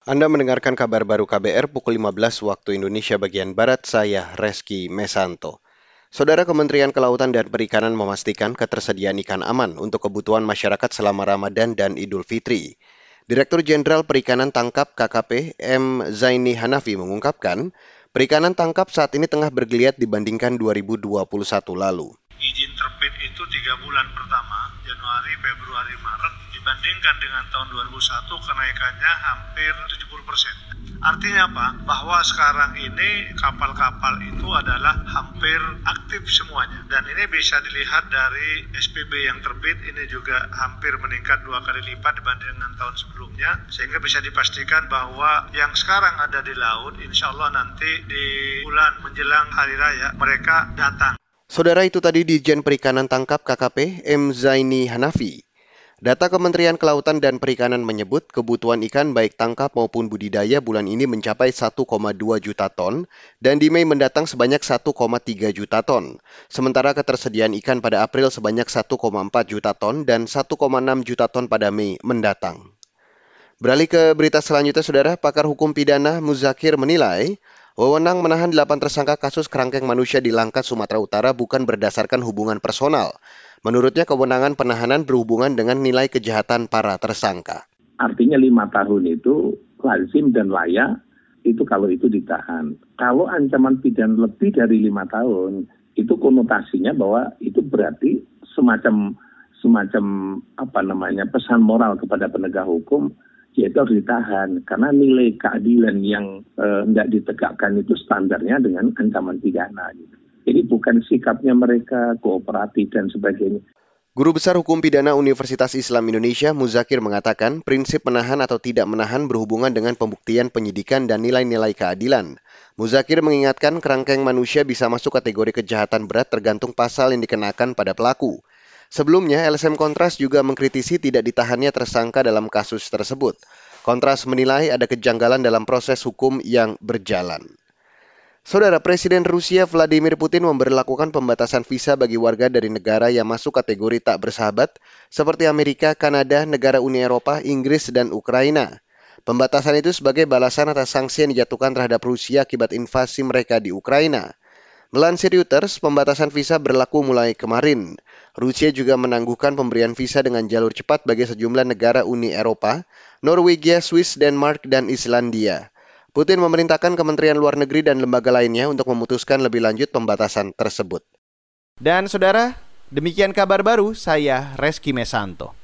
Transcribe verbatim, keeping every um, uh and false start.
Anda mendengarkan kabar baru K B R pukul lima belas waktu Indonesia bagian Barat, saya Reski Mesanto. Saudara Kementerian Kelautan dan Perikanan memastikan ketersediaan ikan aman untuk kebutuhan masyarakat selama Ramadan dan Idul Fitri. Direktur Jenderal Perikanan Tangkap K K P M Zaini Hanafi mengungkapkan, perikanan tangkap saat ini tengah bergeliat dibandingkan dua ribu dua puluh satu lalu. Izin terbit itu tiga bulan pertama, Januari, Februari, Maret, dibandingkan dengan tahun dua ribu satu kenaikannya hampir tujuh puluh persen. Artinya apa? Bahwa sekarang ini kapal-kapal itu adalah hampir aktif semuanya. Dan ini bisa dilihat dari S P B yang terbit, ini juga hampir meningkat dua kali lipat dibanding dengan tahun sebelumnya. Sehingga bisa dipastikan bahwa yang sekarang ada di laut, insya Allah nanti di bulan menjelang Hari Raya, mereka datang. Saudara, itu tadi Ditjen Perikanan Tangkap K K P M Zaini Hanafi. Data Kementerian Kelautan dan Perikanan menyebut kebutuhan ikan baik tangkap maupun budidaya bulan ini mencapai satu koma dua juta ton dan di Mei mendatang sebanyak satu koma tiga juta ton. Sementara ketersediaan ikan pada April sebanyak satu koma empat juta ton dan satu koma enam juta ton pada Mei mendatang. Beralih ke berita selanjutnya, Saudara, pakar hukum pidana Muzakir menilai wewenang menahan delapan tersangka kasus kerangkeng manusia di Langkat, Sumatera Utara bukan berdasarkan hubungan personal. Menurutnya, kewenangan penahanan berhubungan dengan nilai kejahatan para tersangka. Artinya lima tahun itu lazim dan layak itu kalau itu ditahan. Kalau ancaman pidana lebih dari lima tahun, itu konotasinya bahwa itu berarti semacam semacam apa namanya pesan moral kepada penegak hukum, yaitu harus ditahan. Karena nilai keadilan yang tidak eh, ditegakkan itu standarnya dengan ancaman pidana. Gitu. Jadi bukan sikapnya mereka kooperatif dan sebagainya. Guru Besar Hukum Pidana Universitas Islam Indonesia, Muzakir, mengatakan prinsip menahan atau tidak menahan berhubungan dengan pembuktian penyidikan dan nilai-nilai keadilan. Muzakir mengingatkan kerangkeng manusia bisa masuk kategori kejahatan berat tergantung pasal yang dikenakan pada pelaku. Sebelumnya, L S M Kontras juga mengkritisi tidak ditahannya tersangka dalam kasus tersebut. Kontras menilai ada kejanggalan dalam proses hukum yang berjalan. Saudara, Presiden Rusia Vladimir Putin memberlakukan pembatasan visa bagi warga dari negara yang masuk kategori tak bersahabat seperti Amerika, Kanada, negara Uni Eropa, Inggris, dan Ukraina. Pembatasan itu sebagai balasan atas sanksi yang dijatuhkan terhadap Rusia akibat invasi mereka di Ukraina. Melansir Reuters, pembatasan visa berlaku mulai kemarin. Rusia juga menangguhkan pemberian visa dengan jalur cepat bagi sejumlah negara Uni Eropa, Norwegia, Swiss, Denmark, dan Islandia. Putin memerintahkan Kementerian Luar Negeri dan lembaga lainnya untuk memutuskan lebih lanjut pembatasan tersebut. Dan saudara, demikian kabar baru saya Reski Mesanto.